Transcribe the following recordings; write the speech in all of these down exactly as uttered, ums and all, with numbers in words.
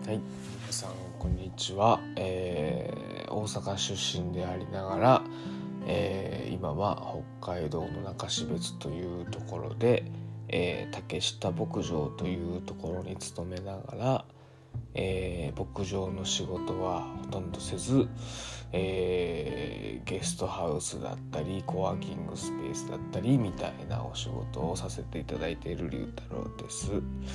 はい、皆さんこんにちは、えー、大阪出身でありながら、えー、今は北海道の中標津というところで、えー、竹下牧場というところに勤めながら、えー、牧場の仕事はほとんどせず、えー、ゲストハウスだったりコワーキングスペースだったりみたいなお仕事をさせていただいている龍太郎です。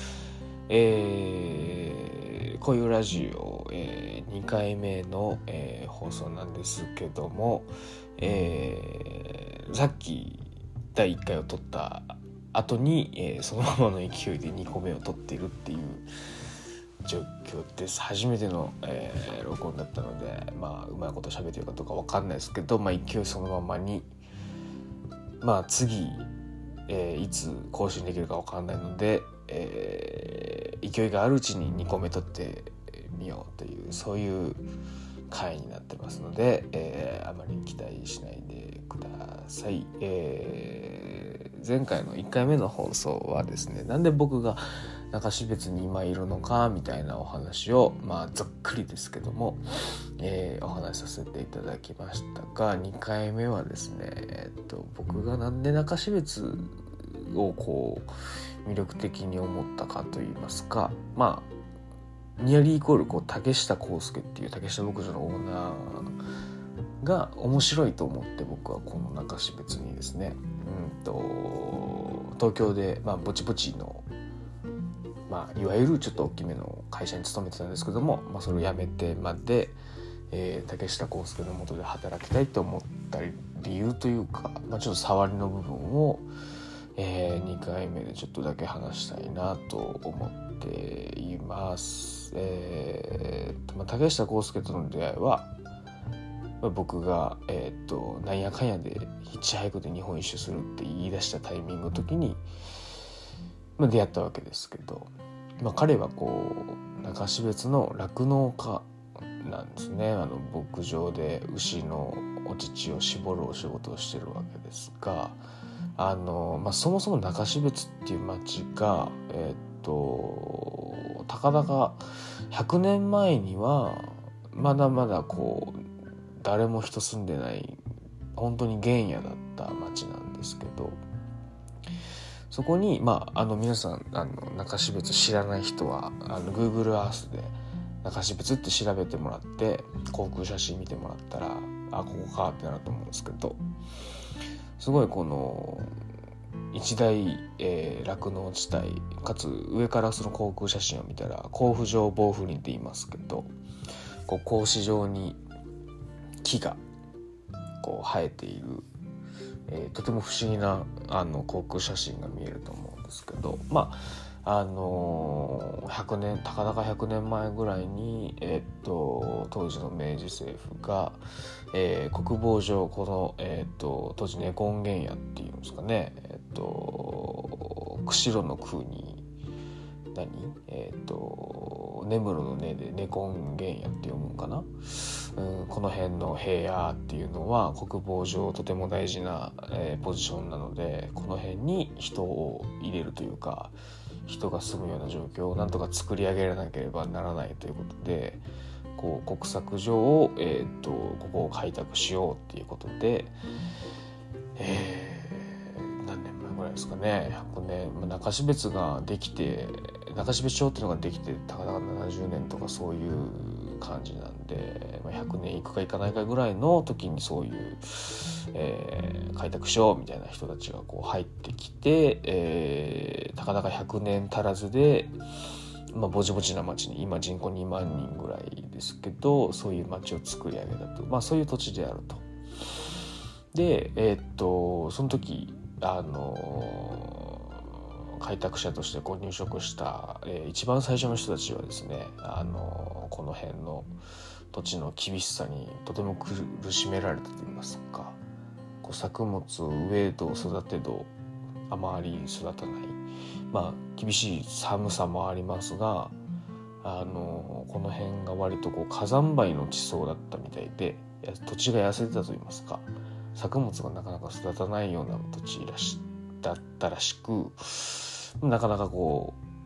えー、こういうラジオ、えー、にかいめの、えー、放送なんですけども、えー、さっきだいいっかいを撮った後に、えー、そのままの勢いでにこめを撮っているっていう状況です。初めての、えー、録音だったので、まあうまいこと喋ってるかどうか分かんないですけど、まあ勢いそのままに、まあ次、えー、いつ更新できるか分かんないので、えー、勢いがあるうちににこめ撮ってみようというそういう回になってますので、えー、あまり期待しないでください。えー、前回のいっかいめの放送はですね、なんで僕が中標津に今いるのかみたいなお話を、まあざっくりですけども、えー、お話しさせていただきましたが、にかいめはですね、えー、っと僕がなんで中標津をこう魅力的に思ったかといいますか、まあニアリーイコールこう竹下康介っていう竹下牧場のオーナーが面白いと思って、僕はこの中標津にですね、うんと東京で、まあ、ぼちぼちの、まあ、いわゆるちょっと大きめの会社に勤めてたんですけども、まあ、それを辞めてまで、えー、竹下康介の下で働きたいと思った理由というか、まあ、ちょっと触りの部分をえー、にかいめでちょっとだけ話したいなと思っています。えーとまあ、竹下康介との出会いは、まあ、僕が、えーとなんやかんやでヒッチハイクで日本一周するって言い出したタイミングの時に、まあ、出会ったわけですけど、まあ、彼はこう中標津の酪農家なんですね。あの牧場で牛のお乳を絞るお仕事をしてるわけですが、あのまあ、そもそも中標津っていう町が、えー、っとたかだかひゃくねんまえにはまだまだこう誰も人住んでない本当に原野だった町なんですけど、そこに、まあ、あの皆さんあの中標津知らない人はあの Google Earth で中標津って調べてもらって航空写真見てもらったら、あここかってなると思うんですけど、すごいこの一大酪農、えー、地帯かつ上からその航空写真を見たら甲府状防風林って言いますけど、こう格子状に木がこう生えている、えー、とても不思議なあの航空写真が見えると思うんですけど、まああのー、ひゃくねんたかだかひゃくねんまえぐらいに、えー、っと当時の明治政府が、えー、国防上この、えー、っと当時根根原野っていうんですかね、えー、っと釧路の空に何えー、っと根室の根で根根原野って読むんかな、うん、この辺の平野っていうのは国防上とても大事な、えー、ポジションなので、この辺に人を入れるというか人が住むような状況をなんとか作り上げられなければならないということで、こう国策上、えー、とここを開拓しようっていうことで、えー、何年前ぐらいですかね、ひゃくねん、中標津ができて中標津町っていうのができてたかだかななじゅうねんとかそういう感じなんで、ひゃくねんいくかいかないかぐらいの時にそういう、えー、開拓しようみたいな人たちがこう入ってきて、えー、たかだかひゃくねん足らずで、まあ、ぼちぼちな町に今人口にまんにんぐらいですけど、そういう町を作り上げたと、まあ、そういう土地であると。でえー、っとその時あの開拓者としてこう入植した、えー、一番最初の人たちはですね、あのこの辺の土地の厳しさにとても苦しめられたといいますか、こう作物を植えど育てどあまり育たない、まあ厳しい寒さもありますが、あのこの辺が割とこう火山灰の地層だったみたいで、土地が痩せてたといいますか、作物がなかなか育たないような土地らしだったらしく、なかなかこ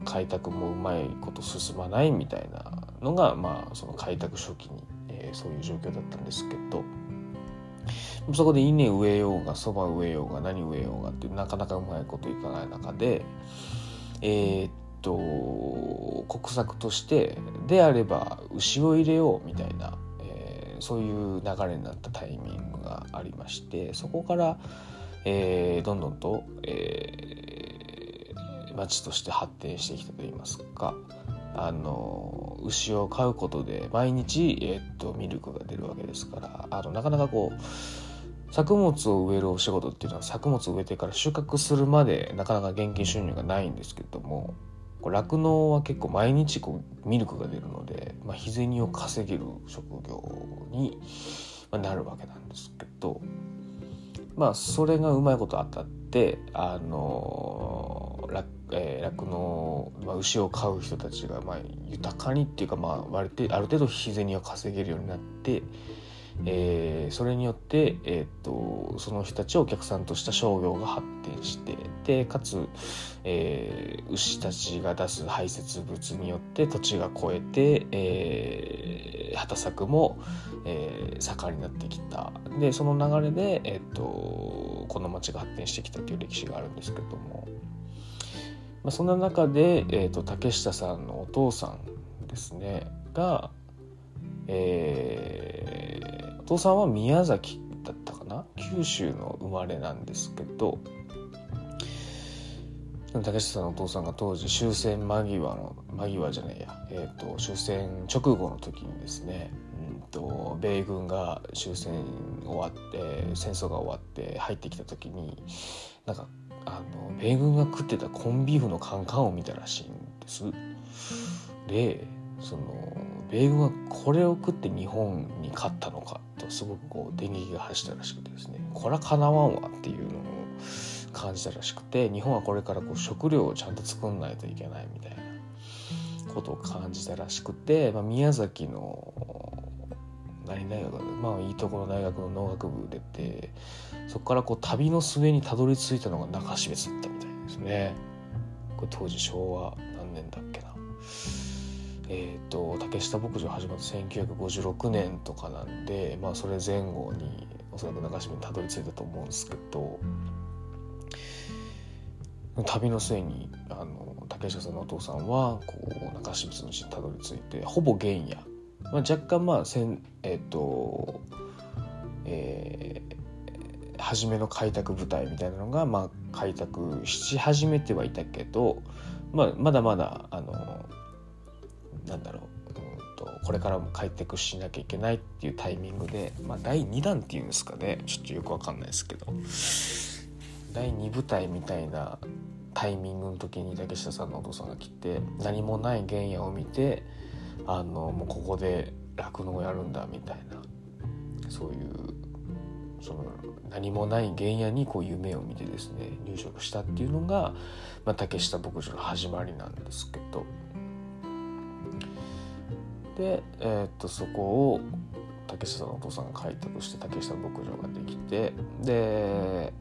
開拓もうまいこと進まないみたいなのが、まあ、その開拓初期に、えー、そういう状況だったんですけど、そこで稲植えようがそば植えようが何植えようがってなかなかうまいこといかない中で、えー、っと国策としてであれば牛を入れようみたいな、えー、そういう流れになったタイミングがありまして、そこから、えー、どんどんと、えー、町として発展してきたといいますか、あの牛を飼うことで毎日、えー、っとミルクが出るわけですから、あのなかなかこう作物を植えるお仕事っていうのは作物を植えてから収穫するまでなかなか現金収入がないんですけども、酪農は結構毎日こうミルクが出るので、まあ、日銭を稼げる職業になるわけなんですけど、まあそれがうまいこと当たってあの酪えー、農、まあ、牛を飼う人たちがまあ豊かにっていうか、まあ、割とある程度日銭を稼げるようになって、えー、それによって、えー、とその人たちをお客さんとした商業が発展して、でかつ、えー、牛たちが出す排泄物によって土地が肥えて、えー、畑作も、えー、盛んになってきた。でその流れで、えー、とこの町が発展してきたという歴史があるんですけども、まあ、そんな中で、えー、と竹下さんのお父さんですねが、えー、お父さんは宮崎だったかな、九州の生まれなんですけど、竹下さんのお父さんが当時終戦間際の間際じゃないや、えー、と終戦直後の時にですね、うんと米軍が終戦終わって戦争が終わって入ってきた時に、なんかあの米軍が食ってたコンビーフのカンカンを見たらしいんです。でその米軍はこれを食って日本に勝ったのかとすごくこう電撃が走ったらしくてですね、これはかなわんわっていうのを感じたらしくて、日本はこれからこう食料をちゃんと作んないといけないみたいなことを感じたらしくて、まあ、宮崎の何大学で、まあいいところの大学の農学部出て、そこからこう旅の末にたどり着いたのが中標津だったみたいですね。これ当時昭和何年だっけな、えー、と竹下牧場始まったせんきゅうひゃくごじゅうろくねんとかなんで、まあそれ前後におそらく中標にたどり着いたと思うんですけど、旅の末にあの竹下さんのお父さんはこう中標津の地にたどり着いて、ほぼ原野、まあ、若干まあせんえっ、ー、とえー、初めの開拓部隊みたいなのがまあ開拓し始めてはいたけど、まあ、まだまだあのなんだろう、うんとこれからも開拓しなきゃいけないっていうタイミングで、まあ、だいにだんっていうんですかね、ちょっとよくわかんないですけど、だいに部隊みたいなタイミングの時に竹下さんのお父さんが来て、何もない原野を見て、あのもうここで酪農をやるんだみたいな、そういうその何もない原野にこう夢を見てですね入植したっていうのが、まあ、竹下牧場の始まりなんですけど、で、えー、っとそこを竹下さんのお父さんが開拓して竹下牧場ができて、で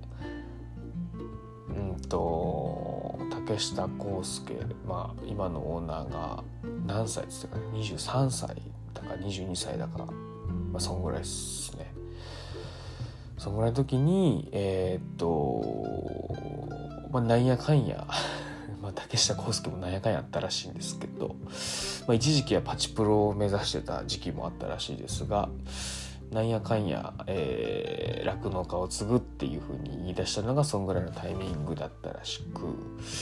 うんと竹下康介、まあ今のオーナーが何歳って言ったかね、にじゅうさんさいだかにじゅうにさいだか、まあそんぐらいですね。そんぐらいの時にえー、っとまあなんやかんやまあ竹下康介もなんやかんやあったらしいんですけど、まあ一時期はパチプロを目指してた時期もあったらしいですが、なんやかんや酪農、えー、家を継ぐっていう風に言い出したのがそんぐらいのタイミングだったらしく、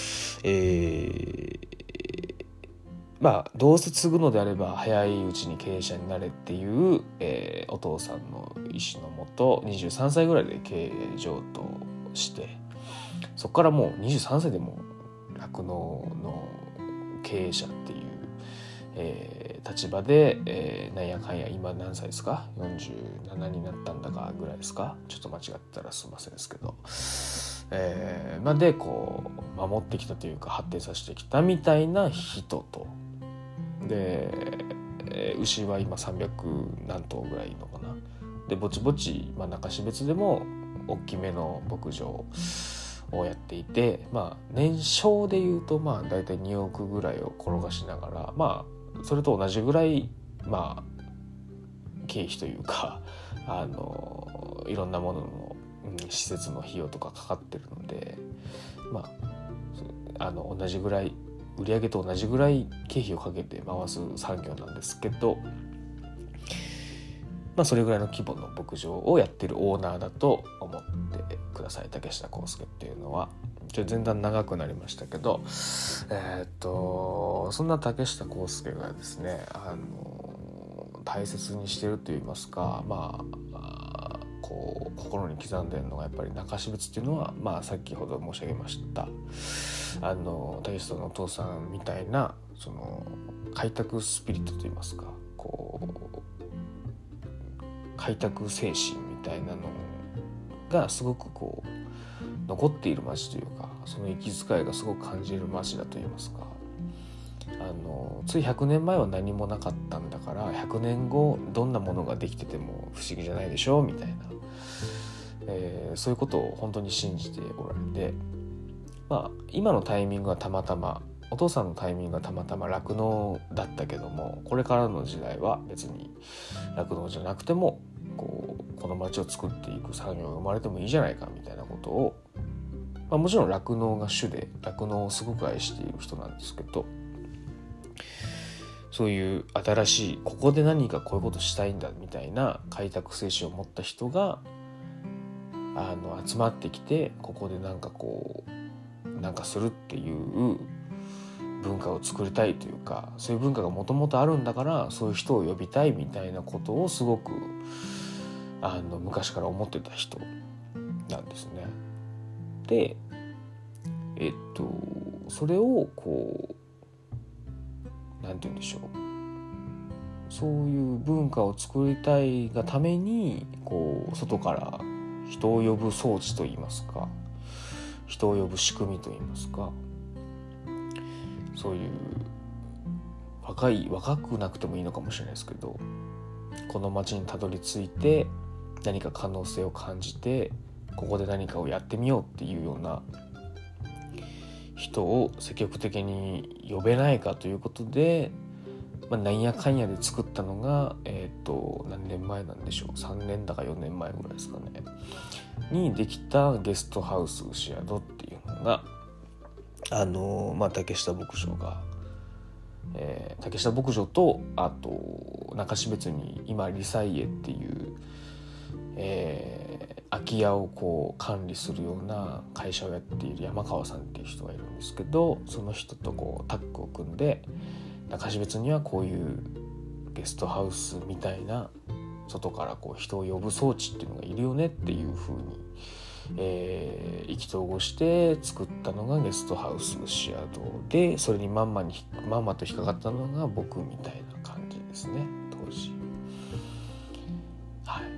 えー、まあどうせ継ぐのであれば早いうちに経営者になれっていう、えー、お父さんの意思のもとにじゅうさんさいぐらいで経営上等して、そこからもうにじゅうさんさいでも酪農の経営者っていう、えー立場で、えー、なんやかんや今何歳ですか、よんじゅうななになったんだかぐらいですか、ちょっと間違ったらすいませんですけど、えー、まあでこう守ってきたというか発展させてきたみたいな人と、で、えー、牛は今さんびゃくなん頭ぐらいいるのかな、でぼちぼち、まあ、中標津でも大きめの牧場をやっていて、まあ年商でいうとまあだいたいにおくぐらいを転がしながら、まあそれと同じぐらいまあ経費というかあのいろんなものの、うん、施設の費用とかかかってるので、まああの同じぐらい売上と同じぐらい経費をかけて回す産業なんですけど、まあそれぐらいの規模の牧場をやってるオーナーだと思ってください。竹下康介っていうのはちょっと前段長くなりましたけど、えー、っとそんな竹下康介がですね、あの大切にしてるといいますか、まあこう心に刻んでるのがやっぱり中標津っていうのは、まあ先ほど申し上げましたあの竹下のお父さんみたいなその開拓スピリットといいますか、こう開拓精神みたいなのがすごくこう残っている街というか、その息遣いがすごく感じる街だといいますか、あのついひゃくねんまえは何もなかったんだからひゃくねんごどんなものができてても不思議じゃないでしょうみたいな、えー、そういうことを本当に信じておられて、まあ今のタイミングはたまたまお父さんのタイミングがたまたま酪農だったけども、これからの時代は別に酪農じゃなくてもこうこの町を作っていく産業が生まれてもいいじゃないかみたいなことを、まあ、もちろん酪農が主で酪農をすごく愛している人なんですけど、そういう新しいここで何かこういうことしたいんだみたいな開拓精神を持った人があの集まってきて、ここでなんかこうなんかするっていう文化を作りたいというか、そういう文化がもともとあるんだからそういう人を呼びたいみたいなことをすごくあの昔から思ってた人なんですね。でえっとそれをこうなんて言うんでしょう、そういう文化を作りたいがためにこう外から人を呼ぶ装置といいますか、人を呼ぶ仕組みといいますか、そういう若い若くなくてもいいのかもしれないですけど、この町にたどり着いて何か可能性を感じてここで何かをやってみようっていうような人を積極的に呼べないかということで、まあ、なんやかんやで作ったのが、えー、と何年前なんでしょう、さんねんだかよねんまえぐらいですかねにできたゲストハウス牛宿っていうのがあのーまあ、竹下牧場が、えー、竹下牧場とあと中標津に今リサイエっていう、えー、空き家をこう管理するような会社をやっている山川さんっていう人がいるんですけど、その人とこうタッグを組んで中標津にはこういうゲストハウスみたいな外からこう人を呼ぶ装置っていうのがいるよねっていう風にえー、意気投合して作ったのがゲストハウス牛宿で、それにまんまにまんまと引っかかったのが僕みたいな感じですね当時。はい。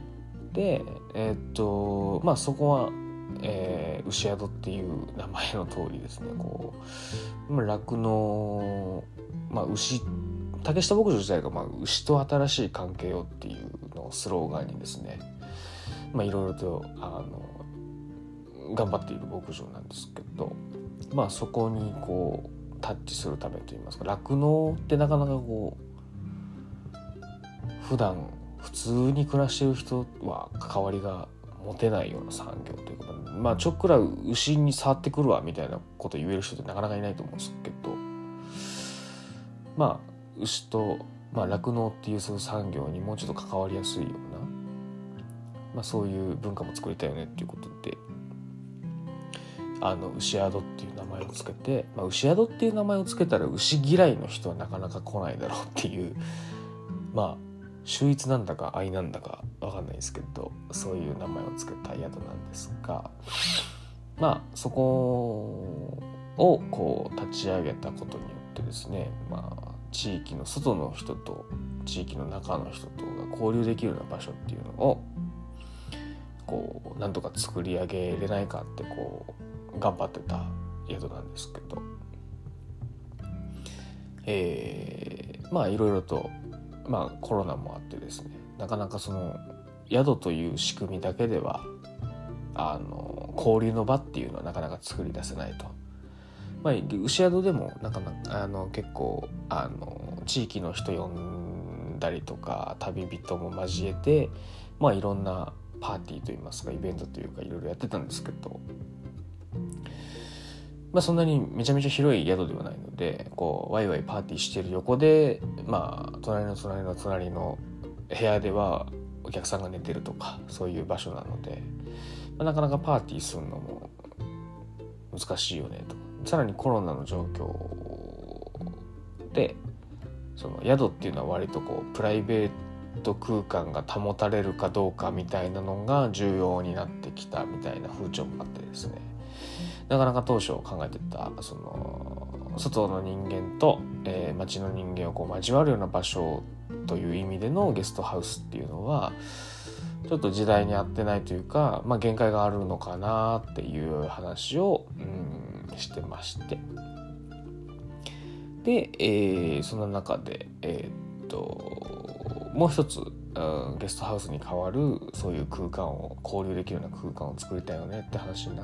でえー、っとまあそこは、えー、牛宿っていう名前の通りですね、こう酪農、まあ牛竹下牧場自体が、まあ、牛と新しい関係をっていうのをスローガンにですね、まあいろいろとあの頑張っている牧場なんですけど、まあそこにこうタッチするためといいますか、酪農ってなかなかこう普段普通に暮らしている人は関わりが持てないような産業というか、まあちょっくら牛に触ってくるわみたいなこと言える人ってなかなかいないと思うんですけど、まあ牛とまあ酪農っていうその産業にもうちょっと関わりやすいような、まあそういう文化も作りたいよねっていうことで、あの牛宿っていう名前をつけて、まあ、牛宿っていう名前をつけたら牛嫌いの人はなかなか来ないだろうっていう、まあ秀逸なんだか愛なんだか分かんないですけど、そういう名前をつけた宿なんですが、まあそこをこう立ち上げたことによってですね、まあ地域の外の人と地域の中の人とが交流できるような場所っていうのをこうなんとか作り上げれないかってこう頑張ってた宿なんですけど、えー、まあいろいろと、まあ、コロナもあってですね、なかなかその宿という仕組みだけではあの交流の場っていうのはなかなか作り出せないと。まあ、牛宿でもなかなかあの結構あの地域の人呼んだりとか旅人も交えて、まあ、いろんなパーティーといいますかイベントというかいろいろやってたんですけど、まあ、そんなにめちゃめちゃ広い宿ではないのでこうワイワイパーティーしてる横で、まあ、隣の隣の隣の部屋ではお客さんが寝てるとかそういう場所なので、まあ、なかなかパーティーするのも難しいよねと。さらにコロナの状況でその宿っていうのは割とこうプライベート空間が保たれるかどうかみたいなのが重要になってきたみたいな風潮もあってですね、なかなか当初考えてたその外の人間と、えー、街の人間をこう交わるような場所という意味でのゲストハウスっていうのはちょっと時代に合ってないというか、まあ、限界があるのかなっていう話を、うん、してまして、で、えー、その中で、えー、っともう一つ、うん、ゲストハウスに代わるそういう空間を交流できるような空間を作りたいよねって話になって、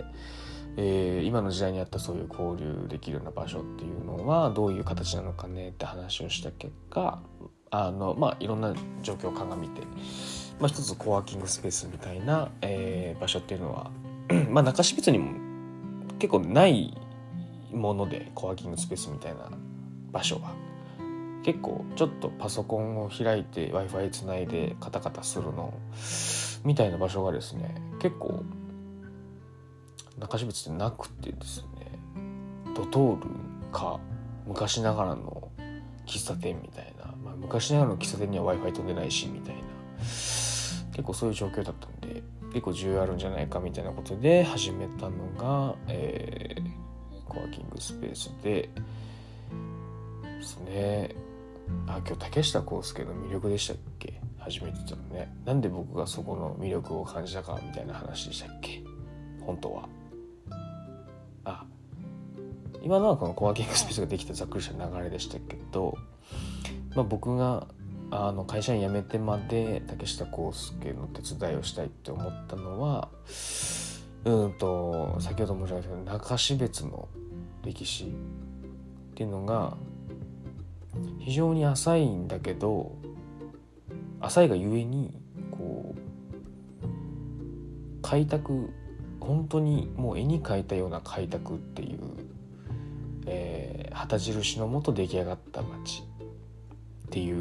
えー、今の時代にあったそういう交流できるような場所っていうのはどういう形なのかねって話をした結果、あのまあいろんな状況を鑑みて、まあ、一つコワーキングスペースみたいな、えー、場所っていうのはまあ中標津にも結構ないもので、コワーキングスペースみたいな場所が結構ちょっとパソコンを開いて Wi-Fi つないでカタカタするのみたいな場所がですね結構中標津ってなくてですね、ドトールか昔ながらの喫茶店みたいな、まあ、昔ながらの喫茶店には Wi-Fi 飛んでないしみたいな、結構そういう状況だったんで結構重要あるんじゃないかみたいなことで始めたのが、えー、コワーキングスペースでですね。あ、今日竹下康介の魅力でしたっけ、初めてたのね。なんで僕がそこの魅力を感じたかみたいな話でしたっけ、本当は。あ、今のはこのコワーキングスペースができたざっくりした流れでしたけど、まあ、僕があの会社員辞めてまで竹下康介の手伝いをしたいって思ったのは、うんと先ほど申し上げたように中標津の歴史っていうのが非常に浅いんだけど、浅いがゆえにこう開拓、本当にもう絵に描いたような開拓っていう、えー、旗印のもと出来上がった街っていう、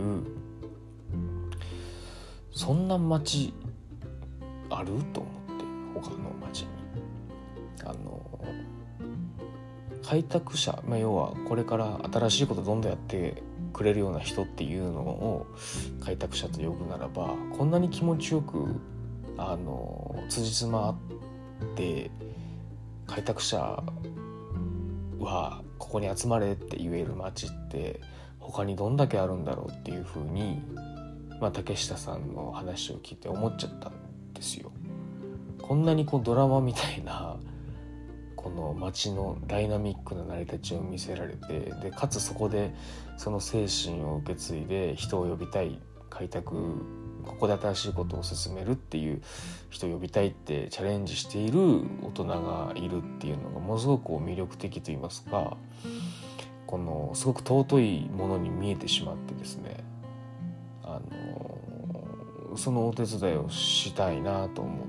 そんな街あると思って他の街にあの開拓者、まあ、要はこれから新しいことどんどんやってくれるような人っていうのを開拓者と呼ぶならば、こんなに気持ちよくあの辻褄あって開拓者はここに集まれって言える街って他にどんだけあるんだろうっていうふうに、まあ、竹下さんの話を聞いて思っちゃったんですよ。こんなにこうドラマみたいなこの街のダイナミックな成り立ちを見せられて、でかつそこでその精神を受け継いで人を呼びたい、開拓、ここで新しいことを進めるっていう人を呼びたいってチャレンジしている大人がいるっていうのがものすごく魅力的といいますか、このすごく尊いものに見えてしまってですね、あのそのお手伝いをしたいなと思って、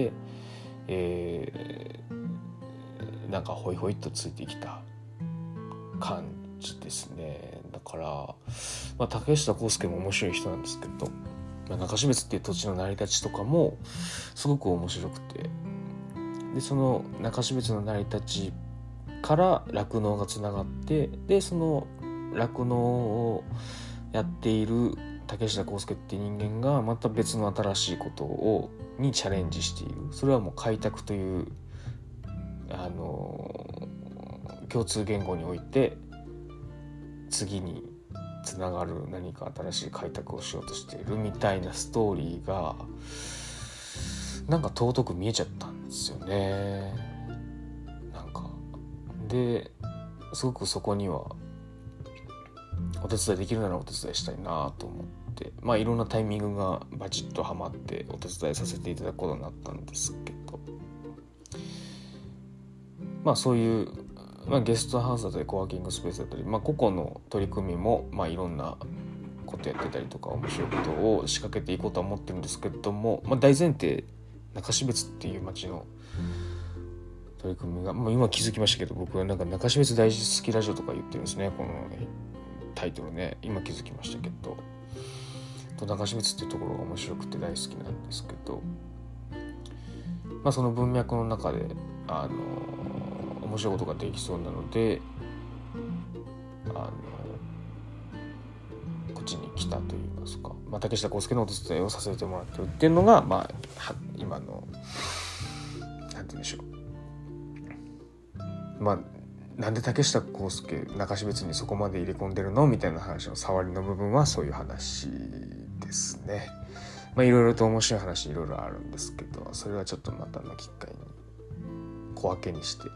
えー、なんかホイホイっとついてきた感じですね。だから、まあ、竹下康介も面白い人なんですけど、まあ、中標津っていう土地の成り立ちとかもすごく面白くて、でその中標津の成り立ちから酪農がつながって、でその酪農をやっている竹下康介っていう人間がまた別の新しいことをにチャレンジしている。それはもう開拓というあの共通言語において次につながる何か新しい開拓をしようとしているみたいなストーリーがなんか尊く見えちゃったんですよね。なんかですごくそこにはお手伝いできるならお手伝いしたいなと思って、まあいろんなタイミングがバチッとはまってお手伝いさせていただくことになったんですけど、 まあそういう、まあ、ゲストハウスだったりコワーキングスペースだったり、まあ、個々の取り組みも、まあ、いろんなことやってたりとか面白いことを仕掛けていこうとは思ってるんですけども、まあ、大前提中標津っていう町の取り組みが、まあ、今気づきましたけど、僕はなんか中標津大好きラジオとか言ってるんですね、このタイトルね。今気づきましたけど、中標津っていうところが面白くて大好きなんですけど、まあ、その文脈の中であの面白いことができそうなので、あのこっちに来たといいますか、まあ、竹下康介のお手伝いをさせてもらってるっていうのが、まあ、今のなんて言うんでしょう、まあなんで竹下康介中標津にそこまで入れ込んでるのみたいな話の触りの部分はそういう話ですね。まあいろいろと面白い話いろいろあるんですけど、それはちょっとまたの機会に小分けにして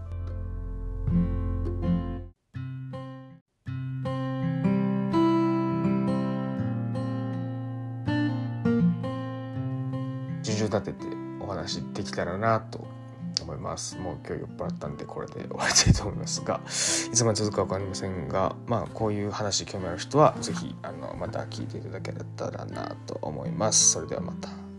順序立ててお話できたらなと思います。もう今日酔っ払ったんでこれで終わりたいと思いますが、いつまで続くか分かりませんが、まあこういう話興味ある人はぜひあのまた聞いていただけたらなと思います。それではまた。